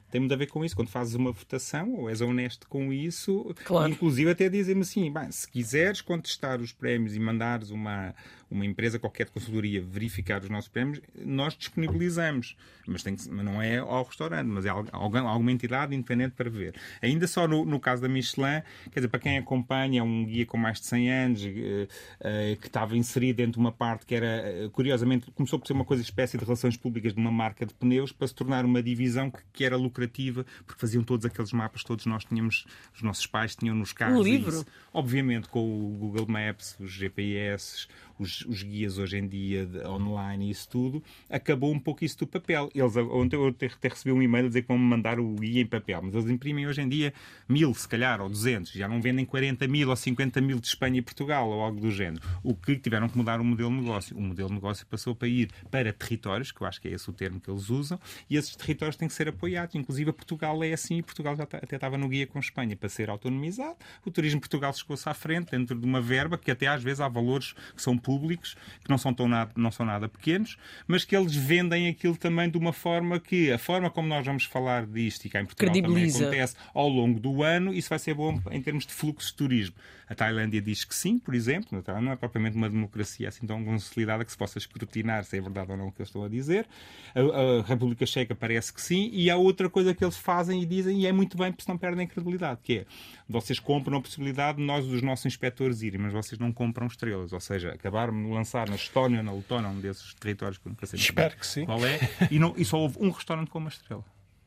tem muito a ver com isso. Quando fazes uma votação, ou és honesto com isso, claro. Inclusive até dizem-me assim, bem, se quiseres contestar os prémios e mandares uma, uma empresa qualquer de consultoria verificar os nossos prémios, nós disponibilizamos. Mas, tem que, mas não é ao restaurante, mas é alguma, alguma entidade independente para ver. Ainda só no, no caso da Michelin, quer dizer, para quem acompanha, é um guia com mais de cem anos, eh, eh, que estava inserido dentro de uma parte que era, eh, curiosamente, começou por ser uma coisa espécie de relações públicas de uma marca de pneus, para se tornar uma divisão que, que era lucrativa, porque faziam todos aqueles mapas, todos nós tínhamos, os nossos pais tinham nos carros. Um livro? Isso. Obviamente, com o Google Maps, os G P S, os, os guias hoje em dia de, online e isso tudo, acabou um pouco isso do papel. Eles, ontem eu até recebi um e-mail a dizer que vão me mandar o guia em papel, mas eles imprimem hoje em dia mil, se calhar, ou duzentos. Já não vendem quarenta mil ou cinquenta mil de Espanha e Portugal, ou algo do género. O que tiveram que mudar o modelo de negócio. O modelo de negócio passou para ir para territórios, que eu acho que é esse o termo que eles usam, e esses territórios têm que ser apoiados. Inclusive, a Portugal é assim, e Portugal já até estava no guia com Espanha para ser autonomizado. O Turismo de Portugal chegou-se à frente, dentro de uma verba que até às vezes há valores que são públicos, que não são, tão nada, não são nada pequenos, mas que eles vendem aquilo também de uma forma que, a forma como nós vamos falar disto, e cá em Portugal também acontece ao longo do ano, isso vai ser bom em termos de fluxo de turismo. A Tailândia diz que sim, por exemplo, não é propriamente uma democracia assim tão consolidada que se possa escrutinar se é verdade ou não o que eles estão a dizer. A, a República Checa parece que sim, e há outra coisa que eles fazem e dizem, e é muito bem, porque senão perdem credibilidade, que é, vocês compram a possibilidade de nós, os nossos inspectores, irem, mas vocês não compram estrelas. Ou seja, acabaram de lançar na Estónia, na Letónia, um desses territórios que eu nunca sei Espero que sim. qual é, e, não, e só houve um restaurante com uma estrela.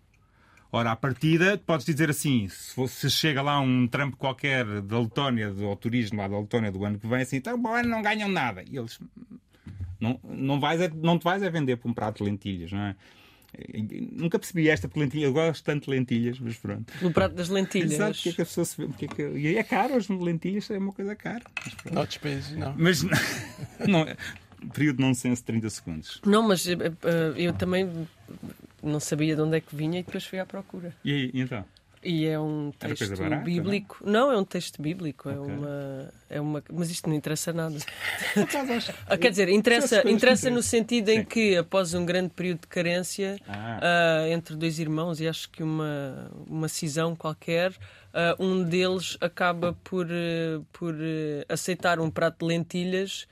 Ora, à partida, podes dizer assim, se, fosse, se chega lá um Trump qualquer da Letónia, do turismo lá da Letónia do ano que vem, assim, então, bom, não ganham nada. E eles, não, não, vais é, não te vais a vender por um prato de lentilhas, não é? Nunca percebi esta, porque lentilhas, eu gosto tanto de lentilhas, mas pronto. No prato das lentilhas. Exato, porque é que a pessoa se vê, porque é que, e é caro, as lentilhas é uma coisa cara. Noutros países, não. Mas, não, período de nonsense de trinta segundos. Não, mas uh, eu também não sabia de onde é que vinha e depois fui à procura. E aí, então? E é um texto barata, bíblico. Não? não, é um texto bíblico. É, okay. uma, é uma. Mas isto não interessa nada. ah, quer dizer, interessa, interessa no sentido em Sim. que, após um grande período de carência ah. uh, entre dois irmãos, e acho que uma, uma cisão qualquer, uh, um deles acaba por, uh, por uh, aceitar um prato de lentilhas.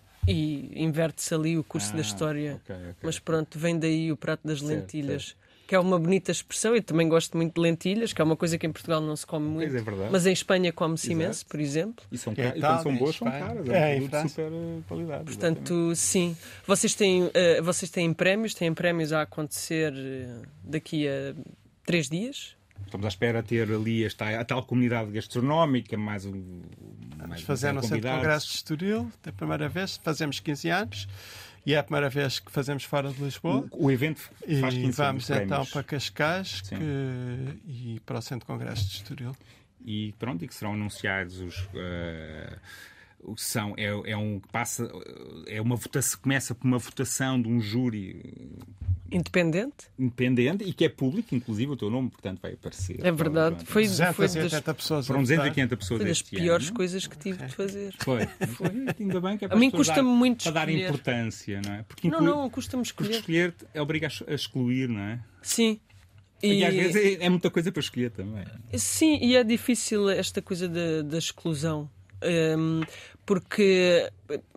E inverte-se ali o curso ah, da história. Okay, okay. Mas pronto, vem daí o prato das certo, lentilhas. Certo. Que é uma bonita expressão. Eu também gosto muito de lentilhas, que é uma coisa que em Portugal não se come muito. É verdade. Mas em Espanha come-se imenso, por exemplo. E são, é e quando são boas, são caras. É um produto de super qualidade. Portanto, exatamente. sim. Vocês têm, uh, vocês têm prémios, têm prémios a acontecer uh, daqui a três dias. Estamos à espera de ter ali esta, a tal comunidade gastronómica, mais um. Vamos fazer no Centro de Congressos de Estoril, da primeira vez, fazemos quinze anos, e é a primeira vez que fazemos fora de Lisboa. O, o evento faz quinze E vamos anos, então para Cascais que, e para o Centro de Congressos de Estoril. E pronto, e que serão anunciados os. Uh, o que são, é, é um passa é uma votação, começa por uma votação de um júri independente independente e que é público, inclusive o teu nome, portanto, vai aparecer. É verdade. Pronto, foi duzentas e oitenta pessoas. Foram duzentas e oitenta pessoas. Foi das piores ano, coisas que tive de fazer. Foi. Foi. Ainda bem que é para a mim custa-me muito para dar escolher. Importância, não é? Porque não, não, custa-me escolher. Porque escolher é obriga a excluir, não é? Sim. E, e às vezes é, é muita coisa para escolher também. Sim, e é difícil esta coisa da, da exclusão. Um, porque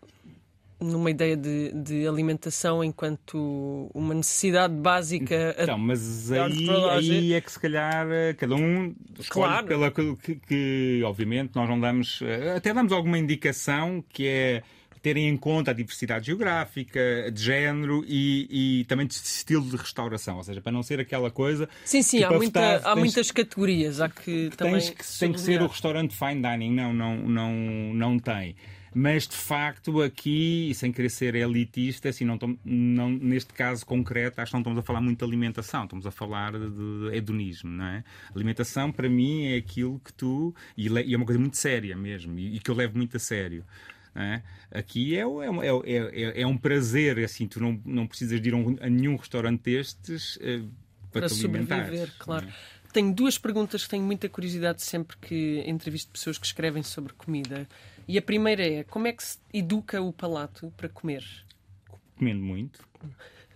numa ideia de, de alimentação enquanto uma necessidade básica. Então, mas aí, aí é que se calhar cada um escolhe claro. pela que, que obviamente nós não damos, até damos alguma indicação que é terem em conta a diversidade geográfica, de género e, e também de estilo de restauração, ou seja, para não ser aquela coisa... Sim, sim, que há, muita, votar, há tens, muitas categorias. Há que também tens que, tem que ser o restaurante fine dining. Não, não, não, não tem. Mas, de facto, aqui, e sem querer ser elitista, assim, não, não, neste caso concreto, acho que não estamos a falar muito de alimentação, estamos a falar de hedonismo, não é? Alimentação, para mim, é aquilo que tu... E é uma coisa muito séria mesmo, e, e que eu levo muito a sério. É? Aqui é, é, é, é um prazer, assim, tu não, não precisas de ir a, um, a nenhum restaurante destes uh, para, para te sobreviver, claro. É? Tenho duas perguntas que tenho muita curiosidade sempre que entrevisto pessoas que escrevem sobre comida. E a primeira é, como é que se educa o palato para comer? Comendo muito.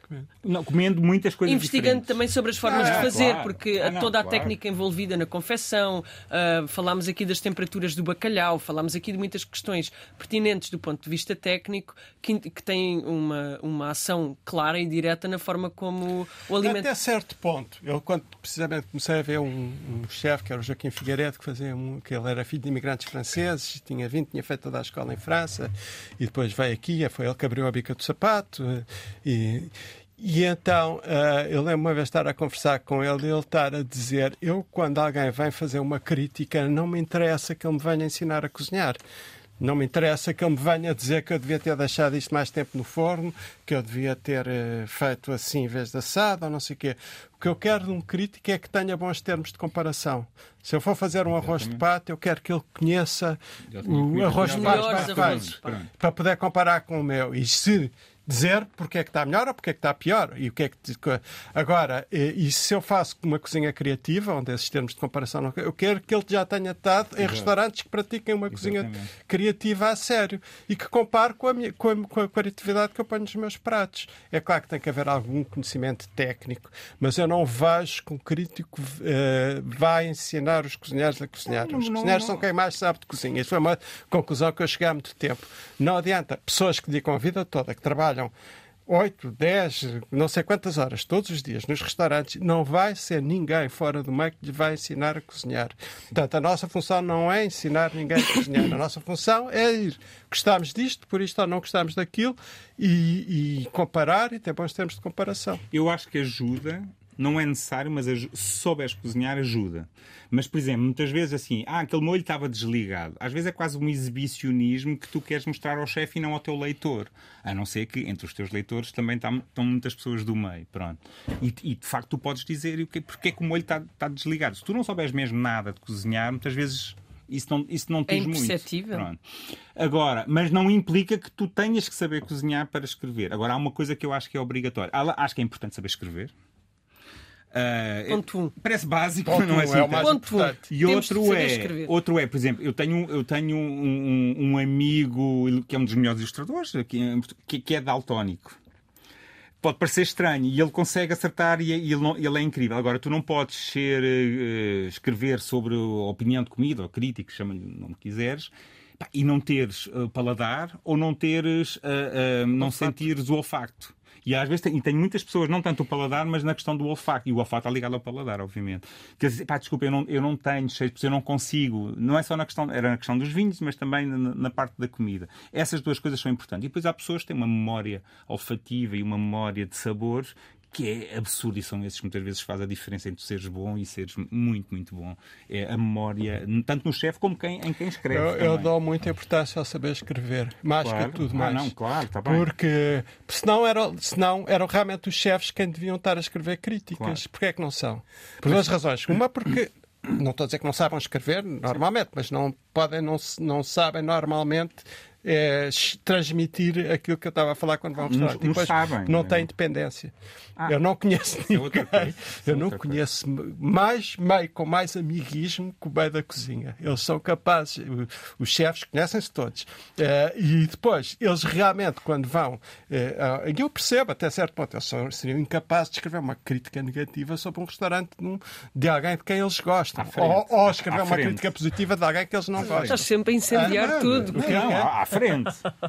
Não, comendo muitas coisas Investigando diferentes. também sobre as formas Ah, de fazer, claro. porque Ah, não, toda a claro. técnica envolvida na confecção, uh, falámos aqui das temperaturas do bacalhau, falámos aqui de muitas questões pertinentes do ponto de vista técnico que, que têm uma, uma ação clara e direta na forma como o alimento... Até certo ponto. Eu, quando precisamente comecei a ver um, um chefe, que era o Joaquim Figueiredo, que fazia um, que ele era filho de imigrantes franceses, tinha vindo, tinha feito toda a escola em França, e depois veio aqui, foi ele que abriu a bica do sapato, e... E então, uh, eu lembro uma vez estar a conversar com ele e ele estar a dizer: eu, quando alguém vem fazer uma crítica, não me interessa que ele me venha ensinar a cozinhar. Não me interessa que ele me venha dizer que eu devia ter deixado isto mais tempo no forno, que eu devia ter uh, feito assim em vez de assado, ou não sei o quê. O que eu quero de um crítico é que tenha bons termos de comparação. Se eu for fazer um arroz de pato, eu quero que ele conheça o arroz de pato bem feito, para poder comparar com o meu. E se dizer porque é que está melhor ou porque é que está pior. E o que é que... Agora, e se eu faço uma cozinha criativa, onde esses termos de comparação não... Eu quero que ele já tenha estado em Exato. restaurantes que pratiquem uma Exatamente. cozinha criativa a sério e que compare com a, minha, com, a, com a criatividade que eu ponho nos meus pratos. É claro que tem que haver algum conhecimento técnico, mas eu não vejo que um crítico uh, vá ensinar os cozinheiros a cozinhar. Os cozinheiros são quem mais sabe de cozinha. Isso foi uma conclusão que eu cheguei há muito tempo. Não adianta. Pessoas que dedicam a vida toda, que trabalham oito, dez, não sei quantas horas, todos os dias, nos restaurantes, não vai ser ninguém fora do meio que lhe vai ensinar a cozinhar. Portanto, a nossa função não é ensinar ninguém a cozinhar. A nossa função é ir, gostamos disto, por isto ou não gostamos daquilo, e, e comparar e ter bons termos de comparação. Eu acho que ajuda, não é necessário, mas se souberes cozinhar, ajuda. Mas, por exemplo, muitas vezes assim, ah, aquele molho estava desligado. Às vezes é quase um exibicionismo que tu queres mostrar ao chefe e não ao teu leitor. A não ser que entre os teus leitores também estão muitas pessoas do meio. Pronto. E, e de facto tu podes dizer porque é que o molho está, está desligado. Se tu não souberes mesmo nada de cozinhar, muitas vezes isso não, isso não diz muito. É imperceptível. Pronto. Agora, mas não implica que tu tenhas que saber cozinhar para escrever. Agora, há uma coisa que eu acho que é obrigatória. Acho que é importante saber escrever. Uh, Ponto um. Parece básico, Ponto mas não é um, assim. é o mais Ponto um. E outro é, outro é, por exemplo, eu tenho, eu tenho um, um, um amigo que é um dos melhores ilustradores, que, que é daltónico. Pode parecer estranho e ele consegue acertar e ele, não, ele é incrível. Agora, tu não podes ser, uh, escrever sobre a opinião de comida, ou crítico, chama-lhe o nome que quiseres, pá, e não teres uh, paladar ou não teres, uh, uh, não olfato. sentires o olfato. E às vezes tem, e tem muitas pessoas, não tanto o paladar, mas na questão do olfato. E o olfato está ligado ao paladar, obviamente. Quer dizer, pá, desculpa, eu não, eu não tenho, eu não consigo. Não é só na questão, era na questão dos vinhos, mas também na, na parte da comida. Essas duas coisas são importantes. E depois há pessoas que têm uma memória olfativa e uma memória de sabores que é absurdo, e são esses que muitas vezes faz a diferença entre seres bom e seres muito, muito bom. É a memória, tanto no chefe como quem, em quem escreve. Eu, eu dou muita importância ao saber escrever, mais claro. que tudo ah, mais. Não, claro, está bem. Porque senão, era, senão eram realmente os chefes quem deviam estar a escrever críticas. Claro. Porquê é que não são? Por duas razões. Uma, porque não estou a dizer que não sabem escrever normalmente, mas não podem, não, não sabem normalmente é, transmitir aquilo que eu estava a falar quando vão ao restaurante. Não, não depois sabem, não né? têm independência. Ah, eu não conheço ninguém. É eu não é conheço mais meio com mais amiguismo que o meio da cozinha. Eles são capazes, os chefes conhecem-se todos. Uh, e depois, eles realmente, quando vão, uh, uh, eu percebo até certo ponto, eles são, seriam incapazes de escrever uma crítica negativa sobre um restaurante de, de alguém de quem eles gostam. Ou, ou escrever uma crítica positiva de alguém que eles não gostam. Estás sempre a incendiar ah, tudo. Não, não, à frente.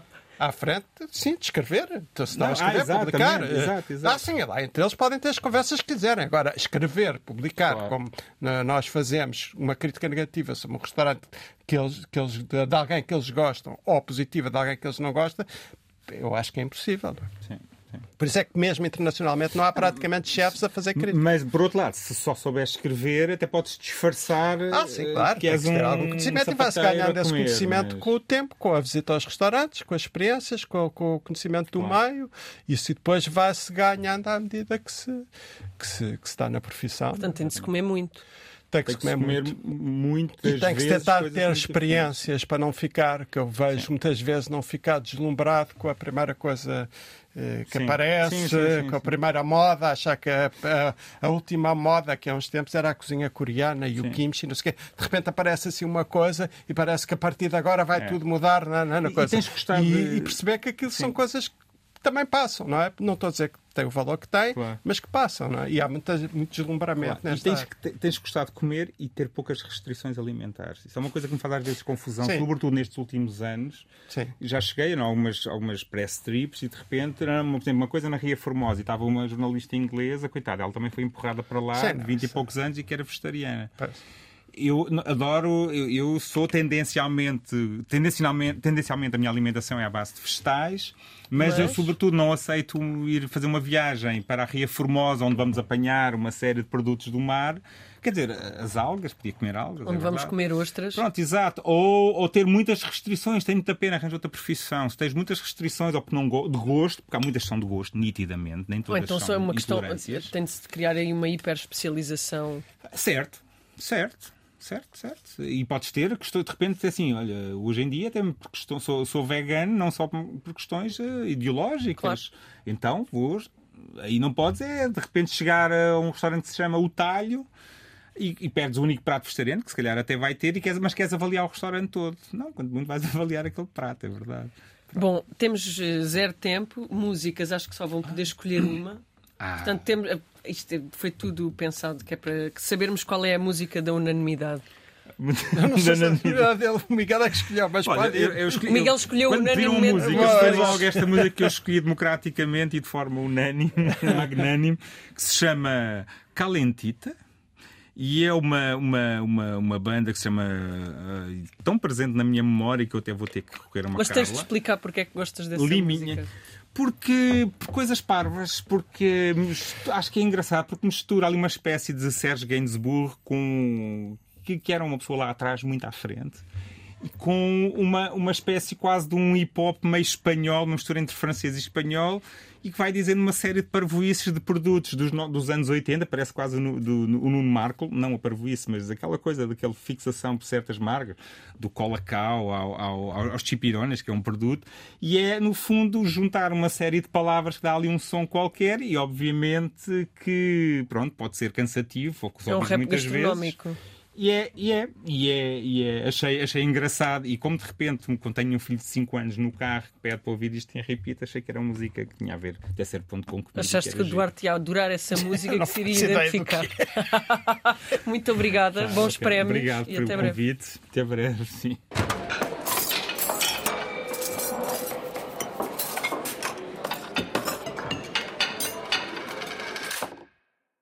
À frente, sim, de escrever. Então, se não, não escrever, ah, publicar. Exato, exato. Ah, sim, lá entre eles podem ter as conversas que quiserem. Agora, escrever, publicar, claro. Como nós fazemos uma crítica negativa sobre um restaurante que eles, que eles, de alguém que eles gostam ou positiva de alguém que eles não gostam, eu acho que é impossível. Sim. Por isso é que mesmo internacionalmente não há praticamente chefes a fazer crítica. Mas, por outro lado, se só souberes escrever, até podes disfarçar ah, sim, claro, que és um ter algum conhecimento e vai-se ganhando esse conhecimento mas... com o tempo, com a visita aos restaurantes, com as experiências, com, com o conhecimento do claro. meio. Isso depois vai-se ganhando à medida que se, que se, que se está na profissão. Portanto, tem de se comer muito. Tem que, tem se comer, comer muito. E tem que se tentar ter experiências para não ficar, que eu vejo sim. muitas vezes, não ficar deslumbrado com a primeira coisa eh, que sim. aparece, sim, sim, sim, com a primeira sim. moda, achar que a, a, a última moda que há uns tempos era a cozinha coreana e sim. o kimchi, não sei o quê. De repente aparece assim uma coisa e parece que a partir de agora vai é. tudo mudar na, na, na e, coisa. E, tens e, de... e perceber que aquilo sim. são coisas que também passam, não é? Não estou a dizer que tem o valor que tem, claro. mas que passam, não é? E há muita, muito deslumbramento claro. nesta E tens, que, tens que gostar de comer e ter poucas restrições alimentares. Isso é uma coisa que me faz às vezes confusão, Sim. sobretudo nestes últimos anos. Sim. Já cheguei a algumas, algumas press trips e de repente era uma, por exemplo, uma coisa na Ria Formosa e estava uma jornalista inglesa, coitada, ela também foi empurrada para lá, Sim, de vinte e poucos anos e que era vegetariana. Pois. Eu adoro, eu, eu sou tendencialmente, tendencialmente, tendencialmente a minha alimentação é à base de vegetais, mas, mas eu sobretudo não aceito ir fazer uma viagem para a Ria Formosa, onde vamos apanhar uma série de produtos do mar. Quer dizer, as algas, podia comer algas. Onde é vamos comer ostras. Pronto, exato. Ou, ou ter muitas restrições, tem muita pena arranjar outra profissão. Se tens muitas restrições ou não de gosto, porque há muitas que são de gosto, nitidamente, nem todas ou então são só é uma questão, tem-se de criar aí uma hiperespecialização. Certo, certo. Certo, certo. E podes ter, de repente, assim, olha, hoje em dia até por questão, sou, sou vegano, não só por questões uh, ideológicas. Claro. Então, vou, aí não podes é, de repente, chegar a um restaurante que se chama O Talho e, e perdes o único prato vegetariano, que se calhar até vai ter, e queres, mas queres avaliar o restaurante todo. Não, quando muito vais avaliar aquele prato, é verdade. Bom, temos zero tempo, músicas, acho que só vão poder escolher uma. Ah. Portanto, temos, isto foi tudo pensado que é para sabermos qual é a música da unanimidade. Eu não sei se a unanimidade dele, o Miguel é que escolheu, mas Olha, pode eu, eu escolhi, o Miguel escolheu unanimemente. Uma música, foi logo esta música que eu escolhi democraticamente e de forma unânime, magnânime, que se chama Calentita. E é uma, uma, uma, uma banda que se chama uh, tão presente na minha memória que eu até vou ter que recorrer a uma Mas tens de explicar porque é que gostas dessa Liminha. música. Porque, por coisas parvas, porque acho que é engraçado, porque mistura ali uma espécie de Serge Gainsbourg com que, que era uma pessoa lá atrás, muito à frente, e com uma, uma espécie quase de um hip-hop meio espanhol, uma mistura entre francês e espanhol, e que vai dizendo uma série de parvoices de produtos dos, dos anos oitenta, parece quase no, do, no, o Nuno Marco, não a parvoice, mas aquela coisa, daquela fixação por certas marcas, do Colacau ao, ao, aos chipirones, que é um produto, e é, no fundo, juntar uma série de palavras que dá ali um som qualquer, e obviamente que, pronto, pode ser cansativo, ou que é um rap muitas gastronómico. Vezes. E é, e é, e é, e é achei, achei engraçado. E como de repente, quando tenho um filho de cinco anos no carro que pede para ouvir isto em repeat, achei que era uma música que tinha a ver até certo ponto com comigo. Achaste que, que o Duarte ia adorar essa música que se iria identificar. Muito obrigada, ah, bons okay. prémios. Obrigado e pelo até convite. Breve. Até breve, sim.